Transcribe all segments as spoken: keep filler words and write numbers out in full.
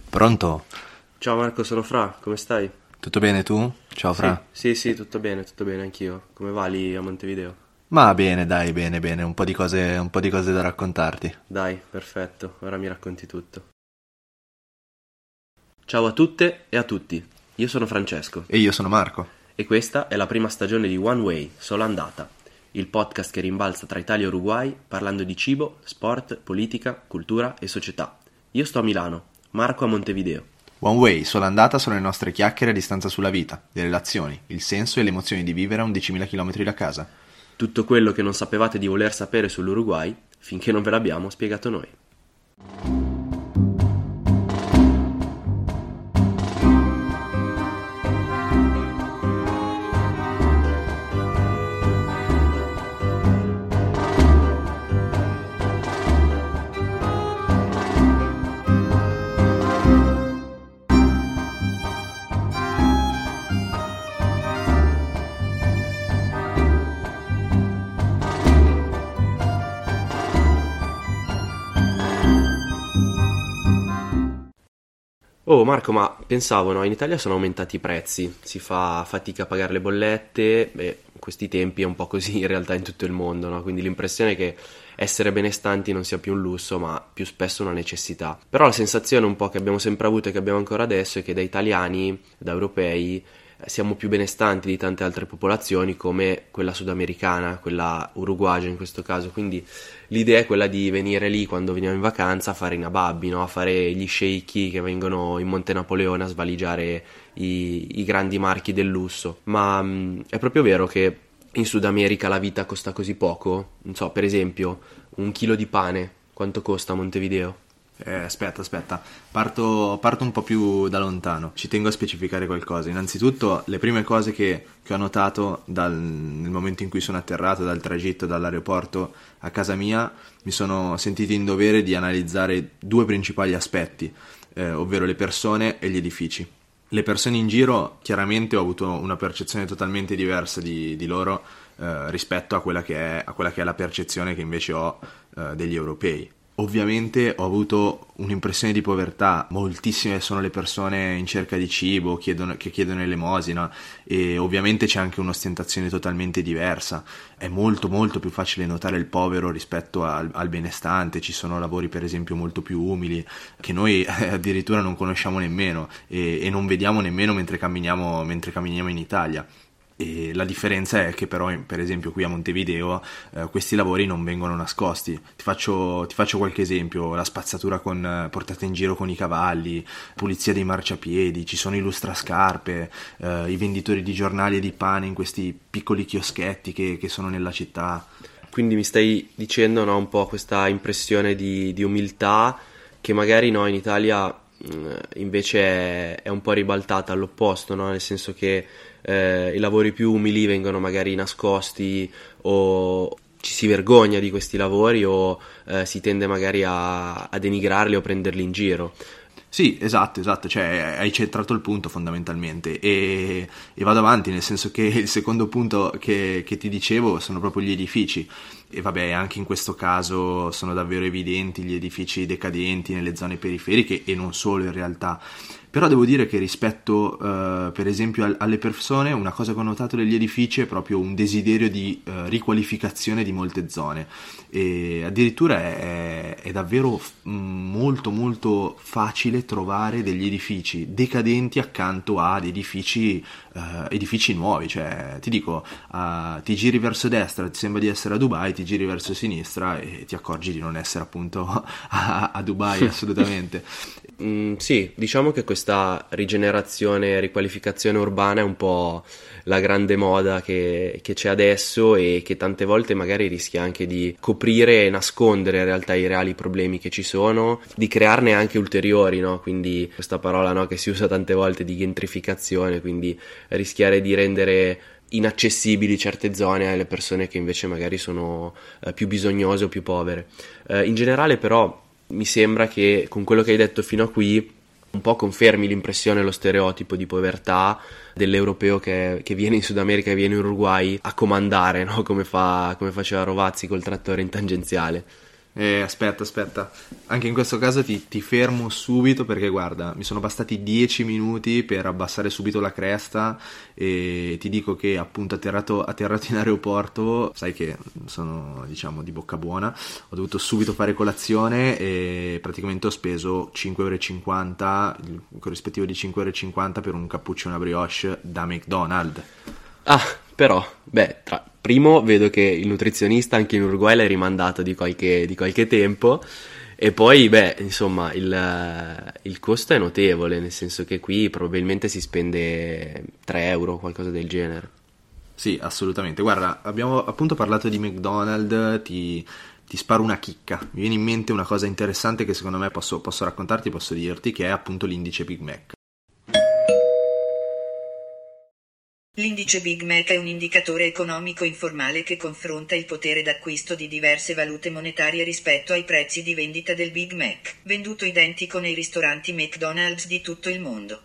Pronto? Ciao Marco, sono Fra, come stai? Tutto bene tu? Ciao Fra. Sì, sì, sì, tutto bene, tutto bene anch'io. Come va lì a Montevideo? Ma bene, dai, bene, bene, un po' di cose, un po' di cose da raccontarti. Dai, perfetto, ora mi racconti tutto. Ciao a tutte e a tutti, io sono Francesco E io sono Marco. e questa è la prima stagione di One Way, Sola Andata, il podcast che rimbalza tra Italia e Uruguay parlando di cibo, sport, politica, cultura e società. Io sto a Milano, Marco a Montevideo. One Way, sola andata sono le nostre chiacchiere a distanza sulla vita, le relazioni, il senso e le emozioni di vivere a undicimila chilometri da casa. Tutto quello che non sapevate di voler sapere sull'Uruguay finché non ve l'abbiamo spiegato noi. Oh Marco, ma pensavo, no, in Italia sono aumentati i prezzi, si fa fatica a pagare le bollette, e in questi tempi è un po' così in realtà in tutto il mondo, no? Quindi l'impressione è che essere benestanti non sia più un lusso, ma più spesso una necessità. Però la sensazione un po' che abbiamo sempre avuto e che abbiamo ancora adesso è che da italiani, da europei, siamo più benestanti di tante altre popolazioni come quella sudamericana, quella uruguagia in questo caso, quindi l'idea è quella di venire lì quando veniamo in vacanza a fare i nababbi, no? A fare gli sceicchi che vengono in Monte Napoleone a svaligiare i, i grandi marchi del lusso, ma mh, è proprio vero che in Sud America la vita costa così poco? Non so, per esempio, un chilo di pane, quanto costa a Montevideo? Eh, aspetta, aspetta, parto, parto un po' più da lontano, ci tengo a specificare qualcosa. Innanzitutto, le prime cose che, che ho notato dal, nel momento in cui sono atterrato dal tragitto dall'aeroporto a casa mia, mi sono sentito in dovere di analizzare due principali aspetti, eh, ovvero le persone e gli edifici. Le persone in giro, chiaramente ho avuto una percezione totalmente diversa di, di loro eh, rispetto a quella, che è, a quella che è la percezione che invece ho eh, degli europei. Ovviamente ho avuto un'impressione di povertà, moltissime sono le persone in cerca di cibo, chiedono, che chiedono elemosina, e ovviamente c'è anche un'ostentazione totalmente diversa. È molto molto più facile notare il povero rispetto al, al benestante, ci sono lavori per esempio molto più umili che noi eh, addirittura non conosciamo nemmeno e, e non vediamo nemmeno mentre camminiamo, mentre camminiamo in Italia. E la differenza è che però per esempio qui a Montevideo eh, questi lavori non vengono nascosti. Ti faccio, ti faccio qualche esempio: la spazzatura con, eh, portata in giro con i cavalli, pulizia dei marciapiedi, ci sono i lustrascarpe, eh, i venditori di giornali e di pane in questi piccoli chioschetti che, che sono nella città. Quindi mi stai dicendo, no, un po' questa impressione di, di umiltà che magari no, in Italia mh, invece è, è un po' ribaltata all'opposto, no? Nel senso che eh, i lavori più umili vengono magari nascosti o ci si vergogna di questi lavori o eh, si tende magari a, a denigrarli o prenderli in giro. Sì, esatto, esatto, cioè hai centrato il punto fondamentalmente e, e vado avanti, nel senso che il secondo punto che, che ti dicevo sono proprio gli edifici. E vabbè, anche in questo caso sono davvero evidenti gli edifici decadenti nelle zone periferiche e non solo in realtà. Però devo dire che rispetto eh, per esempio al, alle persone, una cosa che ho notato degli edifici è proprio un desiderio di eh, riqualificazione di molte zone, e addirittura è, è davvero molto molto facile trovare degli edifici decadenti accanto ad edifici eh, edifici nuovi. Cioè ti dico, uh, ti giri verso destra ti sembra di essere a Dubai, ti giri verso sinistra e ti accorgi di non essere appunto a, a Dubai assolutamente. Mm, sì, diciamo che questa rigenerazione e riqualificazione urbana è un po' la grande moda che, che c'è adesso e che tante volte magari rischia anche di coprire e nascondere in realtà i reali problemi che ci sono, di crearne anche ulteriori, no? Quindi questa parola, no, che si usa tante volte di gentrificazione, quindi rischiare di rendere inaccessibili certe zone alle persone che invece magari sono eh, più bisognose o più povere. Eh, in generale però mi sembra che con quello che hai detto fino a qui un po' confermi l'impressione, lo stereotipo di povertà dell'europeo che, che viene in Sud America e viene in Uruguay a comandare, no? Come fa, come faceva Rovazzi col trattore in tangenziale. Eh, aspetta, aspetta, anche in questo caso ti, ti fermo subito perché guarda, mi sono bastati dieci minuti per abbassare subito la cresta e ti dico che appunto atterrato, atterrato in aeroporto, sai che sono diciamo di bocca buona, ho dovuto subito fare colazione e praticamente ho speso cinque euro e cinquanta, il corrispettivo di cinque euro e cinquanta per un cappuccino e una brioche da McDonald's. Ah, però, beh, tra... primo vedo che il nutrizionista anche in Uruguay l'hai rimandato di qualche, di qualche tempo e poi, beh, insomma, il, il costo è notevole, nel senso che qui probabilmente si spende tre euro o qualcosa del genere. Sì, assolutamente. Guarda, abbiamo appunto parlato di McDonald's, ti, ti sparo una chicca. Mi viene in mente una cosa interessante che secondo me posso, posso raccontarti, posso dirti, che è appunto l'indice Big Mac. L'indice Big Mac è un indicatore economico informale che confronta il potere d'acquisto di diverse valute monetarie rispetto ai prezzi di vendita del Big Mac, venduto identico nei ristoranti McDonald's di tutto il mondo.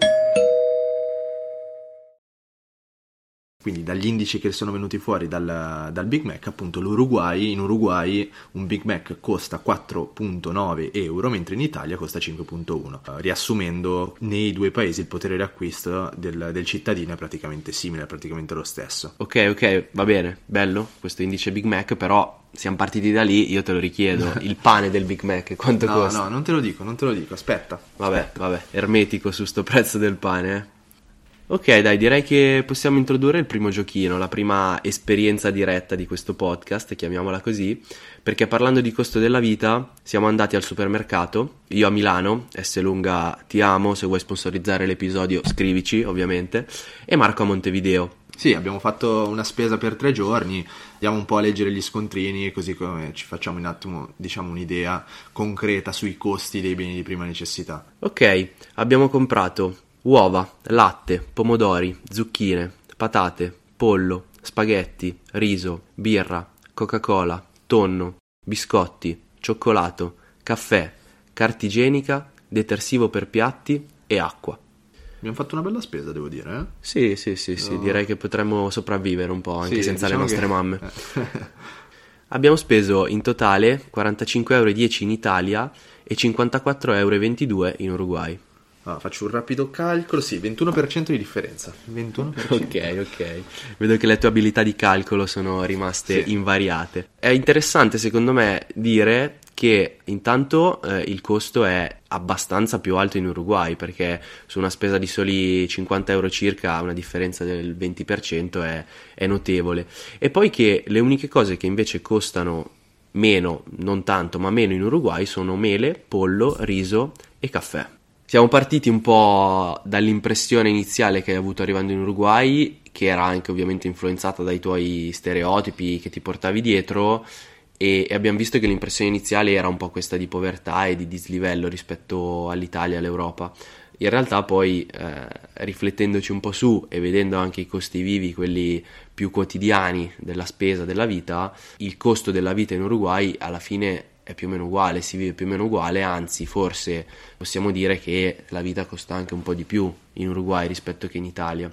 Quindi dagli indici che sono venuti fuori dal, dal Big Mac, appunto l'Uruguay, in Uruguay un Big Mac costa quattro virgola nove euro, mentre in Italia costa cinque virgola uno. Riassumendo, nei due paesi il potere d'acquisto del, del cittadino è praticamente simile, è praticamente lo stesso. Ok, ok, va bene, bello questo indice Big Mac, però siamo partiti da lì, io te lo richiedo, il pane del Big Mac quanto no, costa? No, non te lo dico, non te lo dico, aspetta. Vabbè, aspetta. vabbè, ermetico su sto prezzo del pane, eh. Ok, dai, direi che possiamo introdurre il primo giochino, la prima esperienza diretta di questo podcast, chiamiamola così, perché parlando di costo della vita siamo andati al supermercato, io a Milano, S Lunga ti amo, se vuoi sponsorizzare l'episodio scrivici ovviamente, e Marco a Montevideo. Sì, abbiamo fatto una spesa per tre giorni, andiamo un po' a leggere gli scontrini, così come ci facciamo un attimo, diciamo, un'idea concreta sui costi dei beni di prima necessità. Ok, abbiamo comprato uova, latte, pomodori, zucchine, patate, pollo, spaghetti, riso, birra, Coca-Cola, tonno, biscotti, cioccolato, caffè, carta igienica, detersivo per piatti e acqua. Abbiamo fatto una bella spesa, devo dire, eh? Sì, sì, sì, sì, No. direi che potremmo sopravvivere un po' anche Sì, senza diciamo le nostre che... mamme. Eh. Abbiamo speso in totale quarantacinque euro e dieci in Italia e cinquantaquattro euro e ventidue in Uruguay. Ah, faccio un rapido calcolo, sì, ventuno per cento di differenza. ventuno per cento. Ok, ok. Vedo che le tue abilità di calcolo sono rimaste Sì. invariate. È interessante secondo me dire che intanto eh, il costo è abbastanza più alto in Uruguay, perché su una spesa di soli cinquanta euro circa una differenza del venti per cento è, è notevole. E poi che le uniche cose che invece costano meno, non tanto, ma meno in Uruguay sono mele, pollo, riso e caffè. Siamo partiti un po' dall'impressione iniziale che hai avuto arrivando in Uruguay, che era anche ovviamente influenzata dai tuoi stereotipi che ti portavi dietro, e, e abbiamo visto che l'impressione iniziale era un po' questa di povertà e di dislivello rispetto all'Italia e all'Europa. In realtà poi eh, riflettendoci un po' su e vedendo anche i costi vivi, quelli più quotidiani della spesa, della vita, il costo della vita in Uruguay alla fine è più o meno uguale, si vive più o meno uguale, anzi forse possiamo dire che la vita costa anche un po' di più in Uruguay rispetto che in Italia.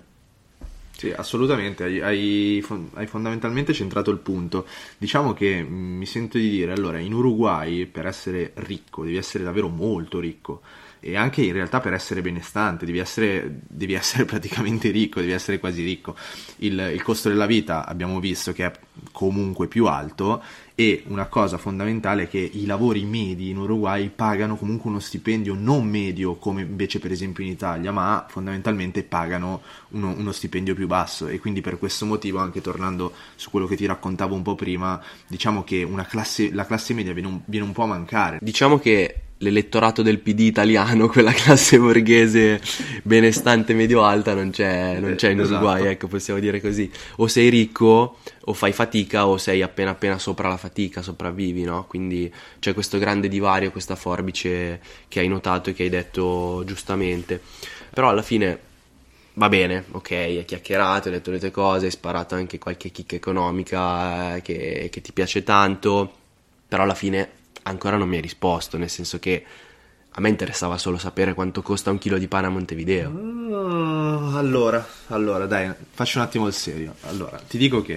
Sì, assolutamente, hai, hai, hai fondamentalmente centrato il punto. Diciamo che mh, mi sento di dire, allora, in Uruguay per essere ricco devi essere davvero molto ricco, e anche in realtà per essere benestante devi essere, devi essere praticamente ricco, devi essere quasi ricco. Il, il costo della vita abbiamo visto che è comunque più alto, e una cosa fondamentale è che i lavori medi in Uruguay pagano comunque uno stipendio non medio come invece per esempio in Italia, ma fondamentalmente pagano uno, uno stipendio più basso, e quindi per questo motivo, anche tornando su quello che ti raccontavo un po' prima, diciamo che una classe, la classe media viene un, viene un po' a mancare. Diciamo che l'elettorato del P D italiano, quella classe borghese benestante medio-alta, non c'è, non c'è in Uruguay, esatto. Ecco, possiamo dire così. O sei ricco, o fai fatica, o sei appena appena sopra la fatica, sopravvivi, no? Quindi c'è questo grande divario, questa forbice che hai notato e che hai detto giustamente. Però alla fine va bene, ok, hai chiacchierato, hai detto le tue cose, hai sparato anche qualche chicca economica eh, che, che ti piace tanto, però alla fine ancora non mi hai risposto, nel senso che a me interessava solo sapere quanto costa un chilo di pane a Montevideo. Uh, allora, allora, dai, faccio un attimo il serio. Allora, ti dico che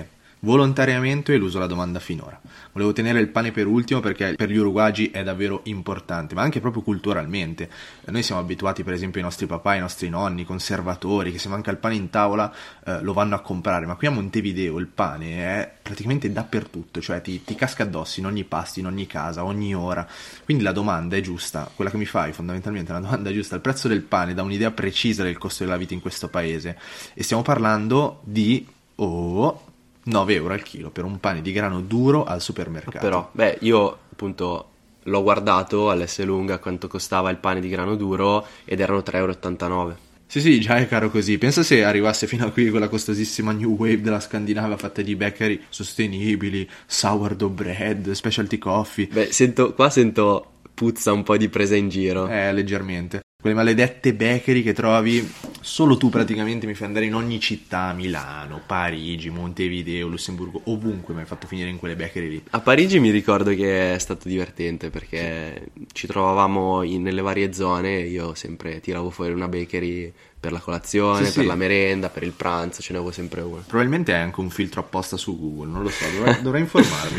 volontariamente ho eluso la domanda finora. Volevo tenere il pane per ultimo perché per gli uruguagi è davvero importante, ma anche proprio culturalmente. Noi siamo abituati, per esempio, ai nostri papà, ai nostri nonni, conservatori, che se manca il pane in tavola eh, lo vanno a comprare, ma qui a Montevideo il pane è praticamente dappertutto, cioè ti, ti casca addosso in ogni pasto, in ogni casa, ogni ora. Quindi la domanda è giusta, quella che mi fai fondamentalmente è una domanda giusta. Il prezzo del pane dà un'idea precisa del costo della vita in questo paese e stiamo parlando di oh, nove euro al chilo per un pane di grano duro al supermercato. Però, beh, io appunto l'ho guardato all'Esselunga quanto costava il pane di grano duro ed erano tre euro e ottantanove. Sì, sì, già è caro così. Pensa se arrivasse fino a qui quella costosissima New Wave della Scandinavia fatta di bakery sostenibili, sourdough bread, specialty coffee. Beh, sento, qua sento puzza un po' di presa in giro. Eh, leggermente. Quelle maledette bakery che trovi solo tu praticamente, mi fai andare in ogni città, Milano, Parigi, Montevideo, Lussemburgo, ovunque mi hai fatto finire in quelle bakery lì. A Parigi mi ricordo che è stato divertente perché sì. Ci trovavamo in, nelle varie zone e io sempre tiravo fuori una bakery per la colazione, sì, per sì. la merenda, per il pranzo, ce ne avevo sempre una. Probabilmente è anche un filtro apposta su Google, non lo so, dovrei, dovrei informarmi.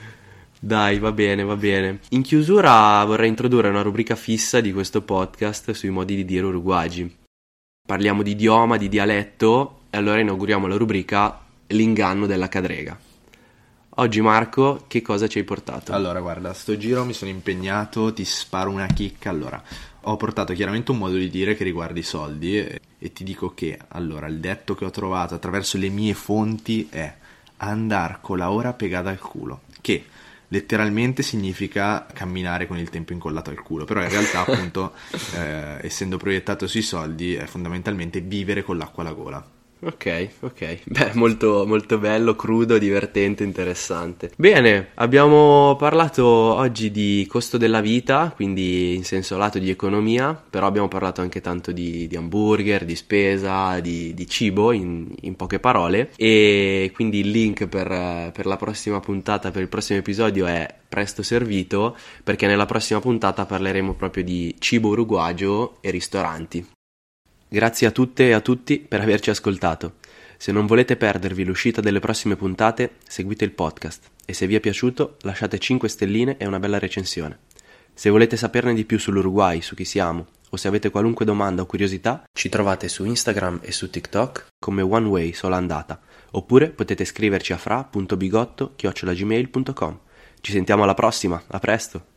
Dai, va bene, va bene. In chiusura vorrei introdurre una rubrica fissa di questo podcast sui modi di dire uruguagi. Parliamo di idioma, di dialetto, e allora inauguriamo la rubrica L'inganno della cadrega. Oggi Marco, che cosa ci hai portato? Allora, guarda, sto giro mi sono impegnato, ti sparo una chicca. Allora, ho portato chiaramente un modo di dire che riguarda i soldi e, e ti dico che, allora, il detto che ho trovato attraverso le mie fonti è andar con la ora pegata al culo, che letteralmente significa camminare con il tempo incollato al culo, però in realtà appunto eh, essendo proiettato sui soldi è fondamentalmente vivere con l'acqua alla gola. Ok, ok, beh, molto, molto bello, crudo, divertente, interessante. Bene, abbiamo parlato oggi di costo della vita, quindi in senso lato di economia, però abbiamo parlato anche tanto di, di hamburger, di spesa, di, di cibo, in, in poche parole, e quindi il link per, per la prossima puntata, per il prossimo episodio è presto servito, perché nella prossima puntata parleremo proprio di cibo uruguagio e ristoranti. Grazie a tutte e a tutti per averci ascoltato. Se non volete perdervi l'uscita delle prossime puntate, seguite il podcast e se vi è piaciuto lasciate cinque stelline e una bella recensione. Se volete saperne di più sull'Uruguay, su chi siamo, o se avete qualunque domanda o curiosità, ci trovate su Instagram e su TikTok come One Way sola andata, oppure potete scriverci a fra punto bigotto chiocciola gmail punto com. Ci sentiamo alla prossima, a presto!